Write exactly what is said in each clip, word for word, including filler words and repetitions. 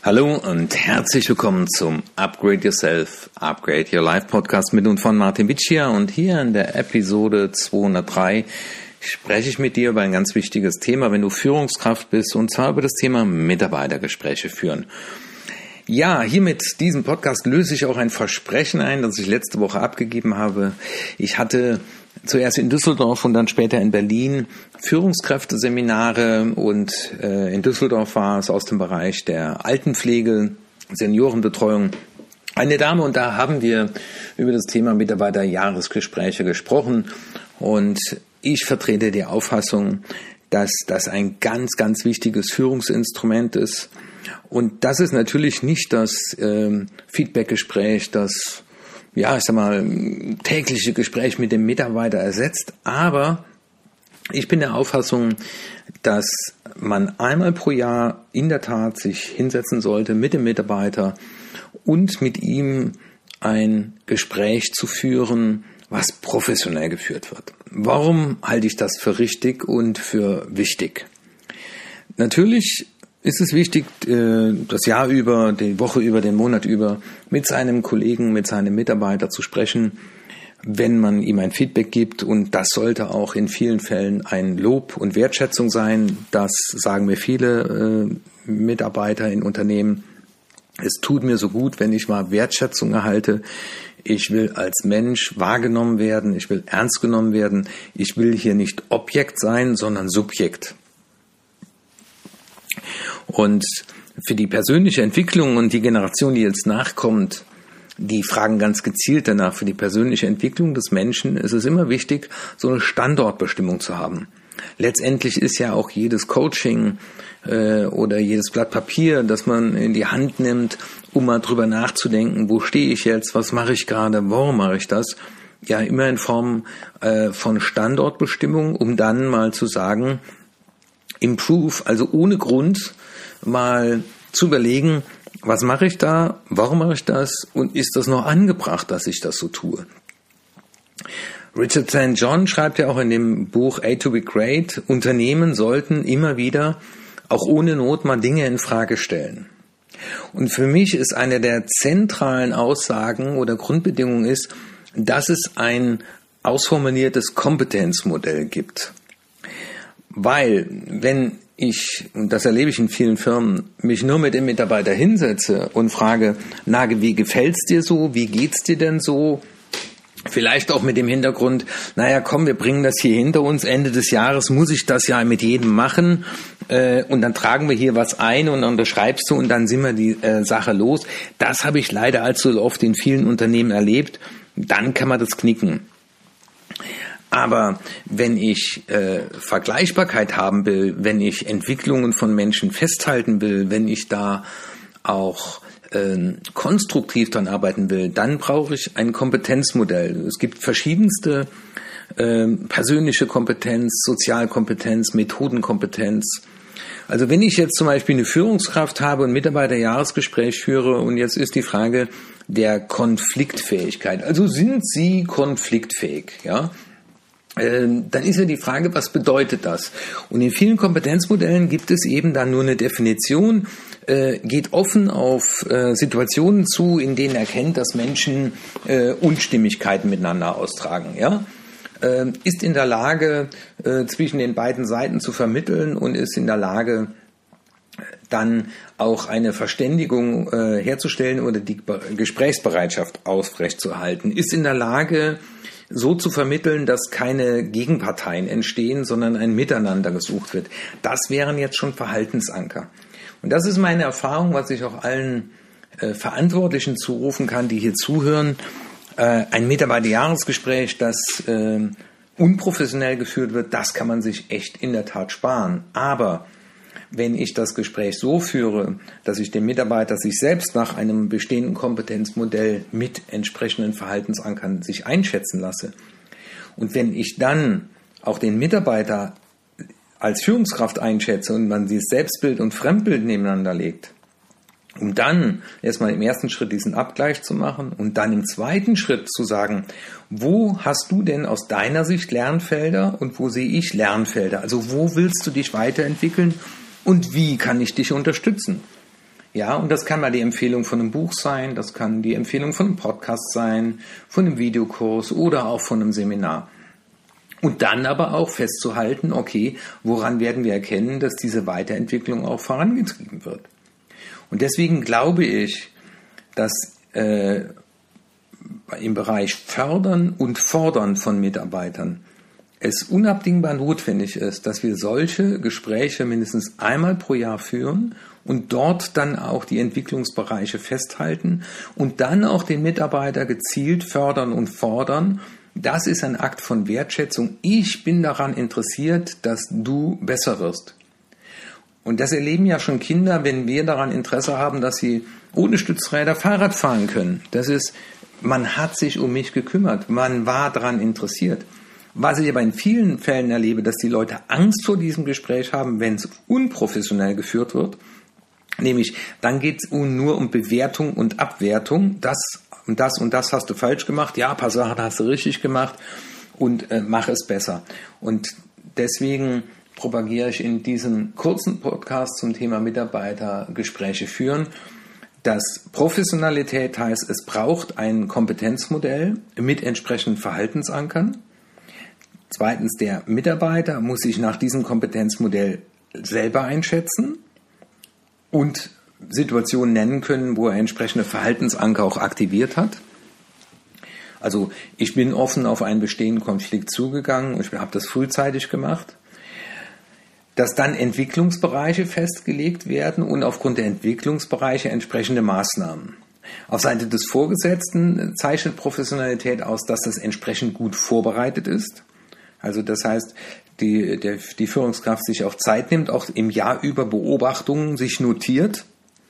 Hallo und herzlich willkommen zum Upgrade Yourself, Upgrade Your Life Podcast mit und von Martin Vicia. Und hier in der Episode zweihundertdrei spreche ich mit dir über ein ganz wichtiges Thema, wenn du Führungskraft bist, und zwar über das Thema Mitarbeitergespräche führen. Ja, hier mit diesem Podcast löse ich auch ein Versprechen ein, das ich letzte Woche abgegeben habe. Ich hatte zuerst in Düsseldorf und dann später in Berlin Führungskräfteseminare, und äh, in Düsseldorf war es aus dem Bereich der Altenpflege, Seniorenbetreuung eine Dame, und da haben wir über das Thema Mitarbeiterjahresgespräche gesprochen, und ich vertrete die Auffassung, dass das ein ganz, ganz wichtiges Führungsinstrument ist. Und das ist natürlich nicht das äh, Feedbackgespräch, das, ja, ich sag mal, tägliche Gespräch mit dem Mitarbeiter ersetzt. Aber ich bin der Auffassung, dass man einmal pro Jahr in der Tat sich hinsetzen sollte mit dem Mitarbeiter und mit ihm ein Gespräch zu führen, was professionell geführt wird. Warum halte ich das für richtig und für wichtig? Natürlich ist es wichtig, das Jahr über, die Woche über, den Monat über mit seinem Kollegen, mit seinem Mitarbeiter zu sprechen, wenn man ihm ein Feedback gibt. Und das sollte auch in vielen Fällen ein Lob und Wertschätzung sein. Das sagen mir viele äh, Mitarbeiter in Unternehmen. Es tut mir so gut, wenn ich mal Wertschätzung erhalte. Ich will als Mensch wahrgenommen werden. Ich will ernst genommen werden. Ich will hier nicht Objekt sein, sondern Subjekt. Und für die persönliche Entwicklung und die Generation, die jetzt nachkommt, die fragen ganz gezielt danach. Für die persönliche Entwicklung des Menschen ist es immer wichtig, so eine Standortbestimmung zu haben. Letztendlich ist ja auch jedes Coaching äh, oder jedes Blatt Papier, das man in die Hand nimmt, um mal drüber nachzudenken, wo stehe ich jetzt, was mache ich gerade, warum mache ich das, ja immer in Form äh, von Standortbestimmung, um dann mal zu sagen, improve, also ohne Grund mal zu überlegen, was mache ich da, warum mache ich das und ist das noch angebracht, dass ich das so tue. Richard Saint John schreibt ja auch in dem Buch A to be Great, Unternehmen sollten immer wieder, auch ohne Not, mal Dinge in Frage stellen. Und für mich ist eine der zentralen Aussagen oder Grundbedingungen ist, dass es ein ausformuliertes Kompetenzmodell gibt. Weil, wenn ich, und das erlebe ich in vielen Firmen, mich nur mit dem Mitarbeiter hinsetze und frage, na, wie gefällt's dir so, wie geht's dir denn so? Vielleicht auch mit dem Hintergrund, naja, komm, wir bringen das hier hinter uns, Ende des Jahres muss ich das ja mit jedem machen, äh, und dann tragen wir hier was ein und dann unterschreibst du und dann sind wir die äh, Sache los. Das habe ich leider allzu oft in vielen Unternehmen erlebt. Dann kann man das knicken. Aber wenn ich äh, Vergleichbarkeit haben will, wenn ich Entwicklungen von Menschen festhalten will, wenn ich da auch äh, konstruktiv dran arbeiten will, dann brauche ich ein Kompetenzmodell. Es gibt verschiedenste äh, persönliche Kompetenz, Sozialkompetenz, Methodenkompetenz. Also wenn ich jetzt zum Beispiel eine Führungskraft habe und Mitarbeiterjahresgespräch führe, und jetzt ist die Frage der Konfliktfähigkeit. Also sind Sie konfliktfähig, ja? Dann ist ja die Frage, was bedeutet das? Und in vielen Kompetenzmodellen gibt es eben dann nur eine Definition, äh, geht offen auf äh, Situationen zu, in denen erkennt, dass Menschen äh, Unstimmigkeiten miteinander austragen, ja? Äh, ist in der Lage, äh, zwischen den beiden Seiten zu vermitteln und ist in der Lage, dann auch eine Verständigung äh, herzustellen oder die Be- Gesprächsbereitschaft aufrechtzuerhalten, ist in der Lage, so zu vermitteln, dass keine Gegenparteien entstehen, sondern ein Miteinander gesucht wird. Das wären jetzt schon Verhaltensanker. Und das ist meine Erfahrung, was ich auch allen äh, Verantwortlichen zurufen kann, die hier zuhören. Äh, ein Mitarbeiterjahresgespräch, das äh, unprofessionell geführt wird, das kann man sich echt in der Tat sparen. Aber wenn ich das Gespräch so führe, dass ich den Mitarbeiter sich selbst nach einem bestehenden Kompetenzmodell mit entsprechenden Verhaltensankern sich einschätzen lasse, und wenn ich dann auch den Mitarbeiter als Führungskraft einschätze und man dieses Selbstbild und Fremdbild nebeneinander legt, um dann erstmal im ersten Schritt diesen Abgleich zu machen und dann im zweiten Schritt zu sagen, wo hast du denn aus deiner Sicht Lernfelder und wo sehe ich Lernfelder? Also wo willst du dich weiterentwickeln und wie kann ich dich unterstützen? Ja, und das kann mal die Empfehlung von einem Buch sein, das kann die Empfehlung von einem Podcast sein, von einem Videokurs oder auch von einem Seminar. Und dann aber auch festzuhalten, okay, woran werden wir erkennen, dass diese Weiterentwicklung auch vorangetrieben wird. Und deswegen glaube ich, dass äh, im Bereich Fördern und Fordern von Mitarbeitern es unabdingbar notwendig ist, dass wir solche Gespräche mindestens einmal pro Jahr führen und dort dann auch die Entwicklungsbereiche festhalten und dann auch den Mitarbeiter gezielt fördern und fordern. Das ist ein Akt von Wertschätzung. Ich bin daran interessiert, dass du besser wirst. Und das erleben ja schon Kinder, wenn wir daran Interesse haben, dass sie ohne Stützräder Fahrrad fahren können. Das ist, man hat sich um mich gekümmert, man war daran interessiert. Was ich aber in vielen Fällen erlebe, dass die Leute Angst vor diesem Gespräch haben, wenn es unprofessionell geführt wird. Nämlich, dann geht es nur um Bewertung und Abwertung. Das und das und das hast du falsch gemacht. Ja, ein paar Sachen hast du richtig gemacht und äh, mach es besser. Und deswegen propagiere ich in diesem kurzen Podcast zum Thema Mitarbeitergespräche führen, dass Professionalität heißt, es braucht ein Kompetenzmodell mit entsprechenden Verhaltensankern. Zweitens, der Mitarbeiter muss sich nach diesem Kompetenzmodell selber einschätzen und Situationen nennen können, wo er entsprechende Verhaltensanker auch aktiviert hat. Also ich bin offen auf einen bestehenden Konflikt zugegangen und ich habe das frühzeitig gemacht. Dass dann Entwicklungsbereiche festgelegt werden und aufgrund der Entwicklungsbereiche entsprechende Maßnahmen. Auf Seite des Vorgesetzten zeichnet Professionalität aus, dass das entsprechend gut vorbereitet ist. Also das heißt, die, der, die Führungskraft sich auch Zeit nimmt, auch im Jahr über Beobachtungen sich notiert,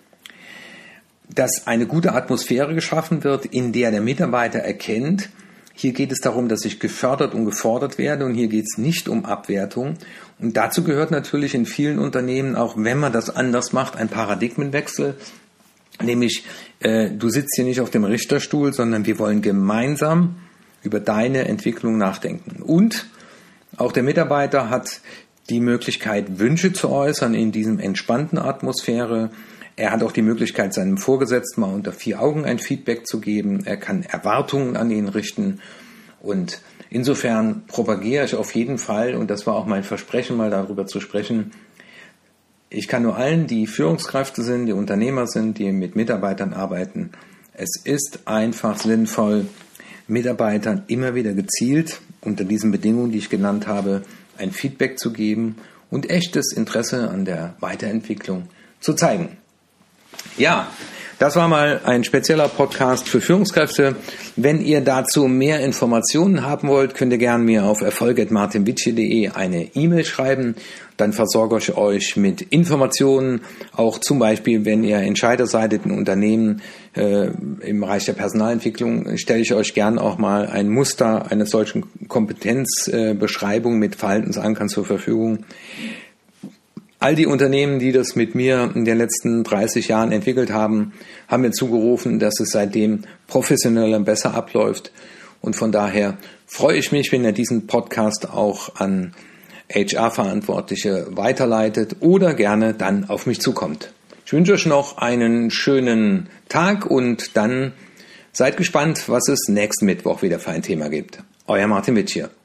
dass eine gute Atmosphäre geschaffen wird, in der der Mitarbeiter erkennt, hier geht es darum, dass ich gefördert und gefordert werde und hier geht es nicht um Abwertung. Und dazu gehört natürlich in vielen Unternehmen, auch wenn man das anders macht, ein Paradigmenwechsel. Nämlich, äh, du sitzt hier nicht auf dem Richterstuhl, sondern wir wollen gemeinsam über deine Entwicklung nachdenken. Und auch der Mitarbeiter hat die Möglichkeit, Wünsche zu äußern in diesem entspannten Atmosphäre. Er hat auch die Möglichkeit, seinem Vorgesetzten mal unter vier Augen ein Feedback zu geben. Er kann Erwartungen an ihn richten. Und insofern propagiere ich auf jeden Fall, und das war auch mein Versprechen, mal darüber zu sprechen, ich kann nur allen, die Führungskräfte sind, die Unternehmer sind, die mit Mitarbeitern arbeiten, es ist einfach sinnvoll, Mitarbeitern immer wieder gezielt unter diesen Bedingungen, die ich genannt habe, ein Feedback zu geben und echtes Interesse an der Weiterentwicklung zu zeigen. Ja, das war mal ein spezieller Podcast für Führungskräfte. Wenn ihr dazu mehr Informationen haben wollt, könnt ihr gerne mir auf erfolg at martin wittche punkt de eine E-Mail schreiben. Dann versorge ich euch mit Informationen, auch zum Beispiel, wenn ihr Entscheider seid in Unternehmen äh, im Bereich der Personalentwicklung, stelle ich euch gerne auch mal ein Muster einer solchen Kompetenzbeschreibung äh, mit Verhaltensankern zur Verfügung. All die Unternehmen, die das mit mir in den letzten dreißig Jahren entwickelt haben, haben mir zugerufen, dass es seitdem professioneller und besser abläuft. Und von daher freue ich mich, wenn ihr diesen Podcast auch an H R-Verantwortliche weiterleitet oder gerne dann auf mich zukommt. Ich wünsche euch noch einen schönen Tag und dann seid gespannt, was es nächsten Mittwoch wieder für ein Thema gibt. Euer Martin Wittche.